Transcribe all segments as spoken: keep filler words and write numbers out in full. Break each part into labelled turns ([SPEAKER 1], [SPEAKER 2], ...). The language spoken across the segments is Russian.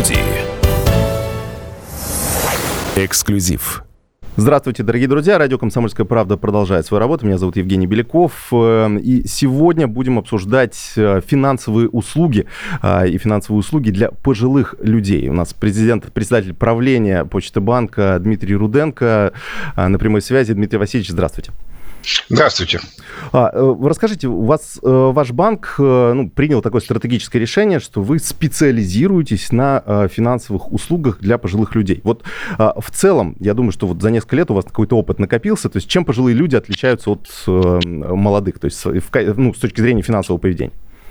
[SPEAKER 1] студии. Эксклюзив.
[SPEAKER 2] Здравствуйте, дорогие друзья. Радио «Комсомольская правда» продолжает свою работу. Меня зовут Евгений Беляков. И сегодня будем обсуждать финансовые услуги и финансовые услуги для пожилых людей. У нас президент, председатель правления Почты банка Дмитрий Руденко на прямой связи. Дмитрий Васильевич, здравствуйте.
[SPEAKER 3] Здравствуйте.
[SPEAKER 2] Расскажите, у вас ваш банк ну, принял такое стратегическое решение, что вы специализируетесь на финансовых услугах для пожилых людей. Вот в целом, я думаю, что вот за несколько лет у вас какой-то опыт накопился. То есть чем пожилые люди отличаются от молодых, то есть ну, с точки зрения финансового поведения?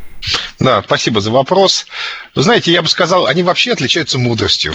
[SPEAKER 3] Да, спасибо за вопрос. Вы знаете, я бы сказал, они вообще отличаются мудростью.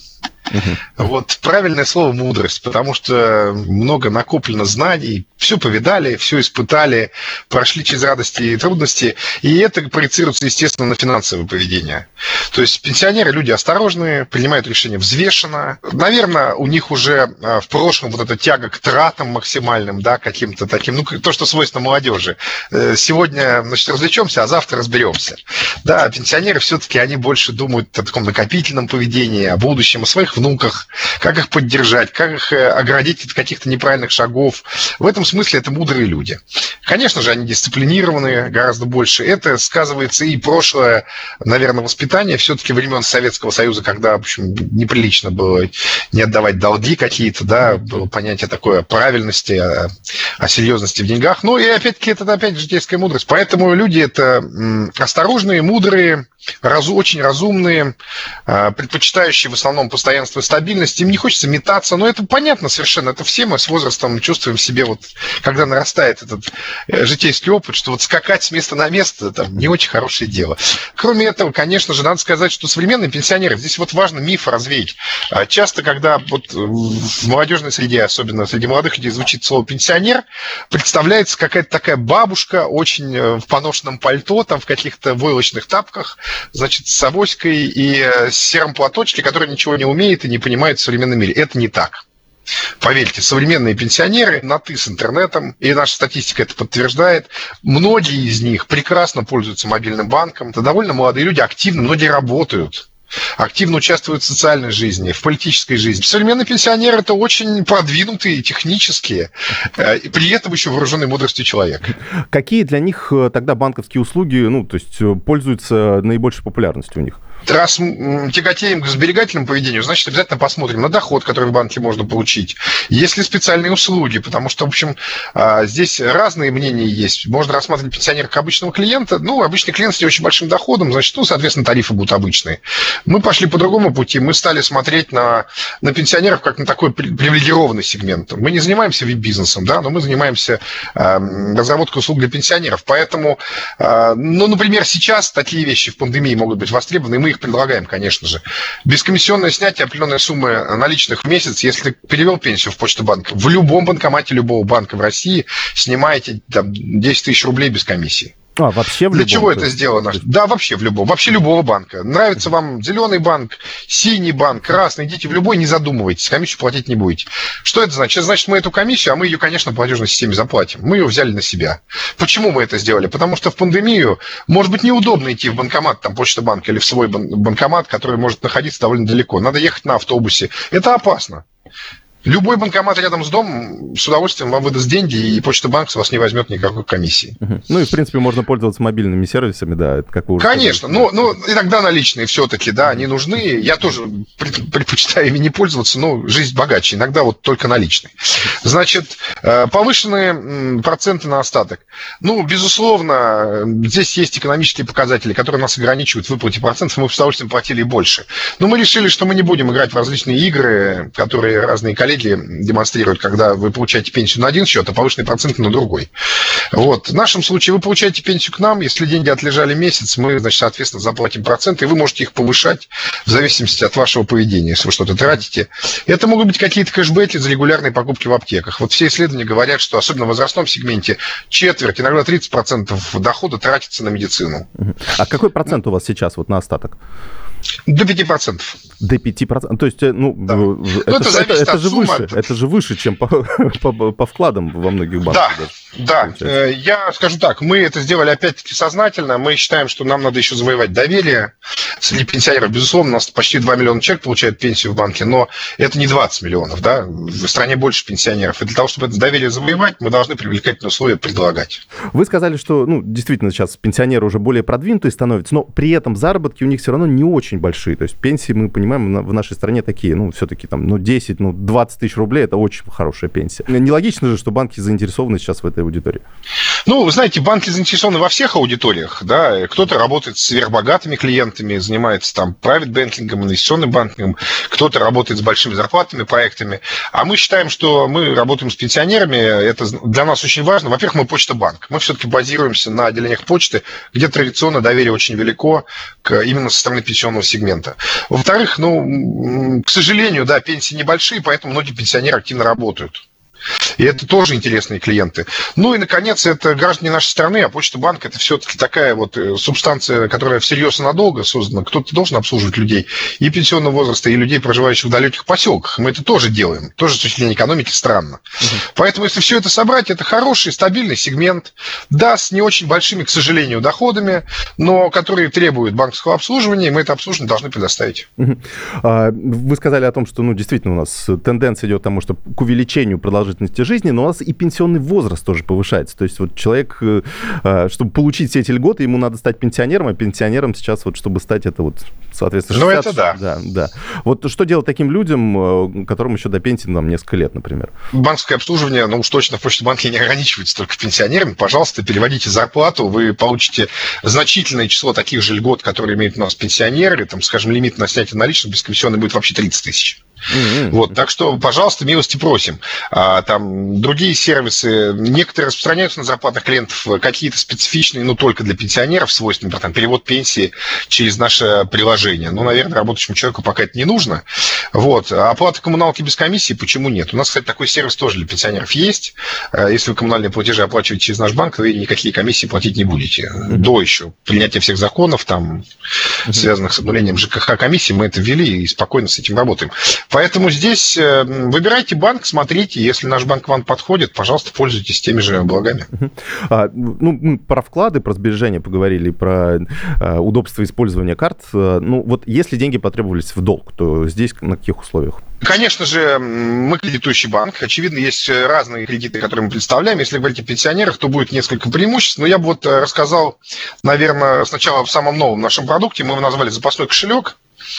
[SPEAKER 3] Uh-huh. Вот правильное слово «мудрость», потому что много накоплено знаний, все повидали, все испытали, прошли через радости и трудности, и это проецируется, естественно, на финансовое поведение. То есть пенсионеры люди осторожные, принимают решения взвешенно. Наверное, у них уже в прошлом вот эта тяга к тратам максимальным, да, каким-то таким, ну, то, что свойственно молодежи. Сегодня, значит, развлечемся, а завтра разберемся. Да, пенсионеры все-таки, они больше думают о таком накопительном поведении, о будущем, о своих внуках, как их поддержать, как их оградить от каких-то неправильных шагов. В этом смысле это мудрые люди. Конечно же, они дисциплинированные гораздо больше. Это сказывается и прошлое, наверное, воспитание все-таки времен Советского Союза, когда, в общем, неприлично было не отдавать долги какие-то, да, было понятие такое о правильности, о, о серьезности в деньгах. Ну и опять-таки это опять житейская мудрость. Поэтому люди это осторожные, мудрые, Разу, очень разумные, предпочитающие в основном постоянство и стабильность. Им не хочется метаться, но это понятно совершенно. Это все мы с возрастом чувствуем в себе, вот, когда нарастает этот житейский опыт, что вот скакать с места на место там, не очень хорошее дело. Кроме этого, конечно же, надо сказать, что современные пенсионеры, здесь вот важно миф развеять. Часто, когда вот в молодежной среде, особенно среди молодых людей, звучит слово «пенсионер», представляется какая-то такая бабушка, очень в поношенном пальто, там, в каких-то войлочных тапках, значит, с авоськой и с серым платочком, который ничего не умеет и не понимает в современном мире. Это не так. Поверьте, современные пенсионеры на «ты» с интернетом, и наша статистика это подтверждает, многие из них прекрасно пользуются мобильным банком. Это довольно молодые люди, активно, многие работают. Активно участвуют в социальной жизни, в политической жизни. Современные пенсионеры – это очень продвинутые, технические, и при этом еще вооруженный мудростью человек.
[SPEAKER 2] Какие для них тогда банковские услуги, ну, то есть пользуются наибольшей популярностью у них?
[SPEAKER 3] Раз тяготеем к сберегательному поведению, значит, обязательно посмотрим на доход, который в банке можно получить. Есть ли специальные услуги, потому что, в общем, здесь разные мнения есть. Можно рассматривать пенсионера как обычного клиента. Ну, обычный клиент с не очень большим доходом, значит, ну, соответственно, тарифы будут обычные. Мы пошли по другому пути. Мы стали смотреть на, на пенсионеров как на такой привилегированный сегмент. Мы не занимаемся веб-бизнесом, да, но мы занимаемся э, разработкой услуг для пенсионеров. Поэтому, э, ну, например, сейчас такие вещи в пандемии могут быть востребованы, и мы их предлагаем, конечно же. Бескомиссионное снятие определенной суммы наличных в месяц, если ты перевел пенсию в Почту банка, в любом банкомате любого банка в России снимаете там, десять тысяч рублей без комиссии.
[SPEAKER 2] А, вообще в
[SPEAKER 3] Для
[SPEAKER 2] любом,
[SPEAKER 3] чего
[SPEAKER 2] это
[SPEAKER 3] сделано? Да, вообще в любом. Вообще любого банка. Нравится вам зеленый банк, синий банк, красный, идите в любой, не задумывайтесь, комиссию платить не будете. Что это значит? Это значит, мы эту комиссию, а мы ее, конечно, в платежной системе заплатим. Мы ее взяли на себя. Почему мы это сделали? Потому что в пандемию может быть неудобно идти в банкомат, там, Почта банка или в свой банкомат, который может находиться довольно далеко. Надо ехать на автобусе. Это опасно. Любой банкомат рядом с домом с удовольствием вам выдаст деньги, и Почта банк с вас не возьмет никакой комиссии.
[SPEAKER 2] Угу. Ну и, в принципе, можно пользоваться мобильными сервисами, да, это как вы уже
[SPEAKER 3] Конечно, но, но иногда наличные все-таки, да, они нужны. Я тоже предпочитаю ими не пользоваться, но жизнь богаче, иногда вот только наличные. Значит, повышенные проценты на остаток. Ну, безусловно, здесь есть экономические показатели, которые нас ограничивают в выплате процентов, мы с удовольствием платили и больше. Но мы решили, что мы не будем играть в различные игры, которые разные коллеги демонстрируют, когда вы получаете пенсию на один счет, а повышенные проценты на другой. Вот. В нашем случае вы получаете пенсию к нам, если деньги отлежали месяц, мы, значит, соответственно, заплатим проценты, и вы можете их повышать в зависимости от вашего поведения, если вы что-то тратите. Это могут быть какие-то кэшбэки за регулярные покупки в аптеках. Вот все исследования говорят, что особенно в возрастном сегменте четверть, иногда тридцать процентов дохода тратится на медицину.
[SPEAKER 2] А какой процент у вас сейчас вот на остаток?
[SPEAKER 3] До пяти процентов.
[SPEAKER 2] До пяти процентов. То есть, ну,
[SPEAKER 3] да.
[SPEAKER 2] это,
[SPEAKER 3] ну, это,
[SPEAKER 2] это, это, это же
[SPEAKER 3] суммы.
[SPEAKER 2] выше. Это же выше, чем по, по, по вкладам во многих банках.
[SPEAKER 3] Да, даже, да. Я скажу так, мы это сделали опять-таки сознательно. Мы считаем, что нам надо еще завоевать доверие среди пенсионеров. Безусловно, у нас почти два миллиона человек получают пенсию в банке, но это не двадцать миллионов, да. В стране больше пенсионеров. И для того, чтобы это доверие завоевать, мы должны привлекательные условия предлагать.
[SPEAKER 2] Вы сказали, что, ну, действительно, сейчас пенсионеры уже более продвинутые становятся, но при этом заработки у них все равно не очень большие. То есть пенсии, мы понимаем, в нашей стране такие, ну, все-таки там, ну, десять, ну, двадцать тысяч рублей – это очень хорошая пенсия. Нелогично же, что банки заинтересованы сейчас в этой аудитории.
[SPEAKER 3] Ну, вы знаете, банки заинтересованы во всех аудиториях, да. Кто-то работает с сверхбогатыми клиентами, занимается там private банкингом, инвестиционным банкингом, кто-то работает с большими зарплатными проектами. А мы считаем, что мы работаем с пенсионерами, это для нас очень важно. Во-первых, мы почта-банк. Мы все-таки базируемся на отделениях почты, где традиционно доверие очень велико к, именно со стороны пенсионного сегмента. Во-вторых, ну, к сожалению, да, пенсии небольшие, поэтому многие пенсионеры активно работают. И это тоже интересные клиенты. Ну и, наконец, это граждане нашей страны, а Почта-банк – это все-таки такая вот субстанция, которая всерьез и надолго создана. Кто-то должен обслуживать людей и пенсионного возраста, и людей, проживающих в далеких поселках. Мы это тоже делаем. Тоже с точки зрения экономики странно. Угу. Поэтому, если все это собрать, это хороший, стабильный сегмент. Да, с не очень большими, к сожалению, доходами, но которые требуют банковского обслуживания, и мы это обслуживание должны предоставить.
[SPEAKER 2] Угу. Вы сказали о том, что, ну, действительно, у нас тенденция идет к тому, что к увеличению продолжительности жизни, но у нас и пенсионный возраст тоже повышается. То есть вот человек, чтобы получить все эти льготы, ему надо стать пенсионером, а пенсионером сейчас, вот, чтобы стать, это вот, соответственно, шестьдесят...
[SPEAKER 3] Ну, это да.
[SPEAKER 2] Да, да. Вот что делать таким людям, которым еще до пенсии, там, несколько лет, например?
[SPEAKER 3] Банковское обслуживание, ну, уж точно в Почта-банке не ограничивается только пенсионерами. Пожалуйста, переводите зарплату, вы получите значительное число таких же льгот, которые имеют у нас пенсионеры. Там, скажем, лимит на снятие наличных бескомиссионный будет вообще тридцать тысяч. Mm-hmm. Вот, так что, пожалуйста, милости просим. А, там другие сервисы, некоторые распространяются на зарплатных клиентов, какие-то специфичные, ну, только для пенсионеров свойственные, там, перевод пенсии через наше приложение. Ну, наверное, работающему человеку пока это не нужно. Вот. А оплата коммуналки без комиссии, почему нет? У нас, кстати, такой сервис тоже для пенсионеров есть. Если вы коммунальные платежи оплачиваете через наш банк, вы никакие комиссии платить не будете. Mm-hmm. До еще принятия всех законов, там, mm-hmm. связанных с обнулением ЖКХ комиссии, мы это ввели и спокойно с этим работаем. Поэтому здесь выбирайте банк, смотрите, если наш банк вам подходит, пожалуйста, пользуйтесь теми же благами.
[SPEAKER 2] А, ну, мы про вклады, про сбережения поговорили, про а, удобство использования карт. Ну, вот если деньги потребовались в долг, то здесь на каких условиях?
[SPEAKER 3] Конечно же, мы кредитующий банк. Очевидно, есть разные кредиты, которые мы представляем. Если говорить о пенсионерах, то будет несколько преимуществ. Но я бы вот рассказал, наверное, сначала в самом новом нашем продукте. Мы его назвали «Запасной кошелек».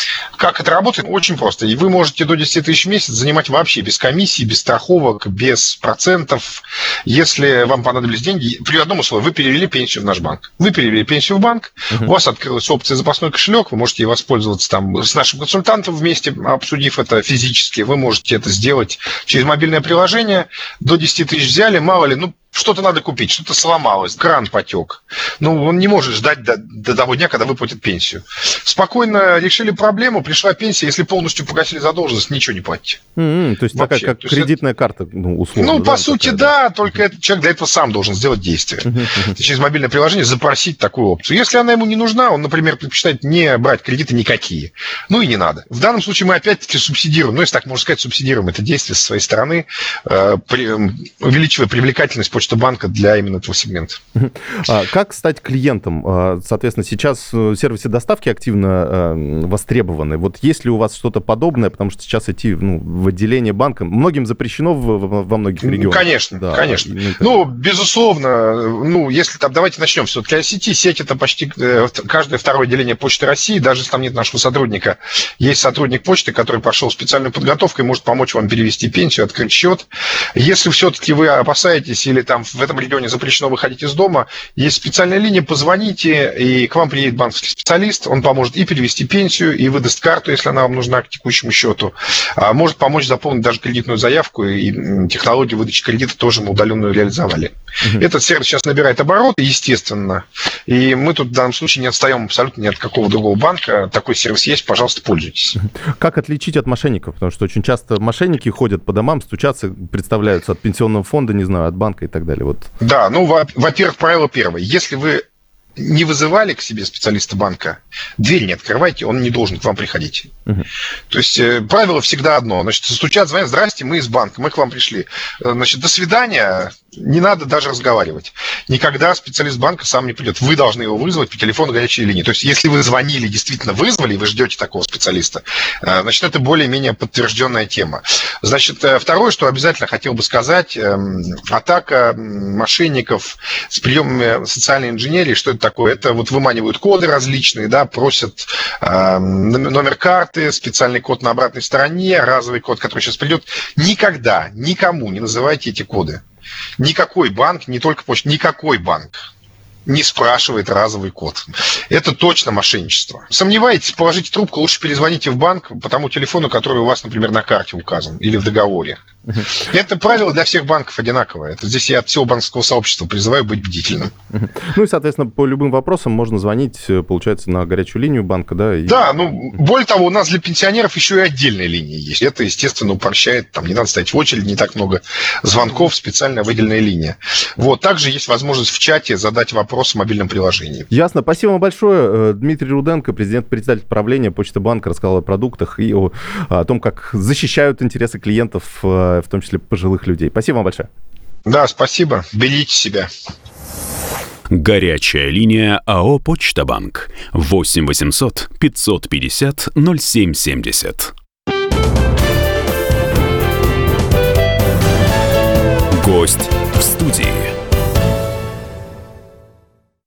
[SPEAKER 3] Как это работает? Очень просто. И вы можете до десяти тысяч в месяц занимать вообще без комиссии, без страховок, без процентов. Если вам понадобились деньги, при одном условии, вы перевели пенсию в наш банк. Вы перевели пенсию в банк, uh-huh. у вас открылась опция запасной кошелек, вы можете ей воспользоваться там с нашим консультантом вместе, обсудив это физически. Вы можете это сделать через мобильное приложение. До десяти тысяч взяли, мало ли, ну, что-то надо купить, что-то сломалось, кран потек. Ну, он не может ждать до, до того дня, когда выплатит пенсию. Спокойно решили проблему, пришла пенсия, если полностью погасили задолженность, ничего не платите.
[SPEAKER 2] Mm-hmm, то есть вообще, такая, как то кредитная это... карта, ну, условно.
[SPEAKER 3] Ну,
[SPEAKER 2] да,
[SPEAKER 3] по сути,
[SPEAKER 2] такая,
[SPEAKER 3] да,
[SPEAKER 2] да,
[SPEAKER 3] только этот человек для этого сам должен сделать действие. Mm-hmm. Через мобильное приложение запросить такую опцию. Если она ему не нужна, он, например, предпочитает не брать кредиты никакие. Ну и не надо. В данном случае мы опять-таки субсидируем, ну, если так можно сказать, субсидируем это действие со своей стороны, э, при, увеличивая привлекательность Почта-банка для именно этого сегмента.
[SPEAKER 2] А как стать клиентом? Соответственно, сейчас сервисы доставки активно востребованы. Вот есть ли у вас что-то подобное? Потому что сейчас идти, ну, в отделение банка многим запрещено в, во многих регионах.
[SPEAKER 3] Конечно, да, конечно. И, ну, безусловно. Ну, если там, давайте начнем все-таки о сети. Сеть — это почти каждое второе отделение Почты России. Даже если там нет нашего сотрудника, есть сотрудник почты, который прошел специальную подготовку и может помочь вам перевести пенсию, открыть счет. Если все-таки вы опасаетесь или там в этом регионе запрещено выходить из дома, есть специальная линия, позвоните, и к вам приедет банковский специалист, он поможет и перевести пенсию, и выдаст карту, если она вам нужна к текущему счету, а может помочь заполнить даже кредитную заявку, и технологию выдачи кредита тоже мы удаленную реализовали. Uh-huh. Этот сервис сейчас набирает обороты, естественно, и мы тут в данном случае не отстаем абсолютно ни от какого другого банка. Такой сервис есть, пожалуйста, пользуйтесь.
[SPEAKER 2] Как отличить от мошенников? Потому что очень часто мошенники ходят по домам, стучатся, представляются от пенсионного фонда, не знаю, от банка и так далее. Вот.
[SPEAKER 3] Да, ну, во- во-первых, правило первое. Если вы не вызывали к себе специалиста банка, дверь не открывайте, он не должен к вам приходить. Uh-huh. То есть правило всегда одно. Значит, стучат, звонят: здрасте, мы из банка, мы к вам пришли. Значит, до свидания, не надо даже разговаривать. Никогда специалист банка сам не придет. Вы должны его вызвать по телефону горячей линии. То есть если вы звонили, действительно вызвали, и вы ждете такого специалиста, значит, это более-менее подтвержденная тема. Значит, второе, что обязательно хотел бы сказать, атака мошенников с приемами социальной инженерии, что это такое? Это вот выманивают коды различные, да, просят номер карты, специальный код на обратной стороне, разовый код, который сейчас придет. Никогда, никому не называйте эти коды. Никакой банк, не только почта, никакой банк не спрашивает разовый код. Это точно мошенничество. Сомневаетесь, положите трубку, лучше перезвоните в банк по тому телефону, который у вас, например, на карте указан или в договоре. Uh-huh. Это правило для всех банков одинаковое. Это здесь я от всего банковского сообщества призываю быть бдительным.
[SPEAKER 2] Uh-huh. Ну и, соответственно, по любым вопросам можно звонить, получается, на горячую линию банка, да? И...
[SPEAKER 3] Да, ну, более того, у нас для пенсионеров еще и отдельная линия есть. Это, естественно, упрощает, там не надо стоять в очереди, не так много звонков, специальная выделенная линия. Вот, также есть возможность в чате задать вопрос в мобильном приложении.
[SPEAKER 2] Ясно. Спасибо вам большое. Дмитрий Руденко, президент-председатель правления Почта Банка, рассказал о продуктах и о, о том, как защищают интересы клиентов, в том числе пожилых людей. Спасибо вам большое.
[SPEAKER 3] Да, спасибо. Берегите себя.
[SPEAKER 1] Горячая линия АО «Почта Банк». восемь восемьсот пятьсот пятьдесят ноль семь семьдесят. Гость в студии.